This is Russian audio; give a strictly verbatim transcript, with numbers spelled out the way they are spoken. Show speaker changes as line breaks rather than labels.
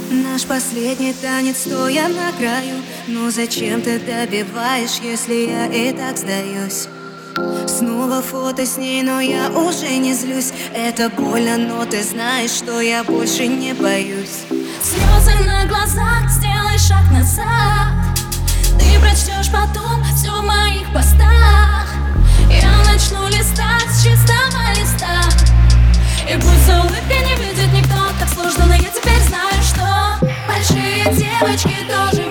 Наш последний танец, стоя на краю. Ну зачем ты добиваешь, если я и так сдаюсь? Снова фото с ней, но я уже не злюсь. Это больно, но ты знаешь, что я больше не боюсь.
Слезы на глазах, сделай шаг назад. Ты прочтешь потом все в моих постах. Я начну листать с чистого листа. И пусть за улыбкой не видит никто, так сложно, но я теперь знаю, что большие девочки тоже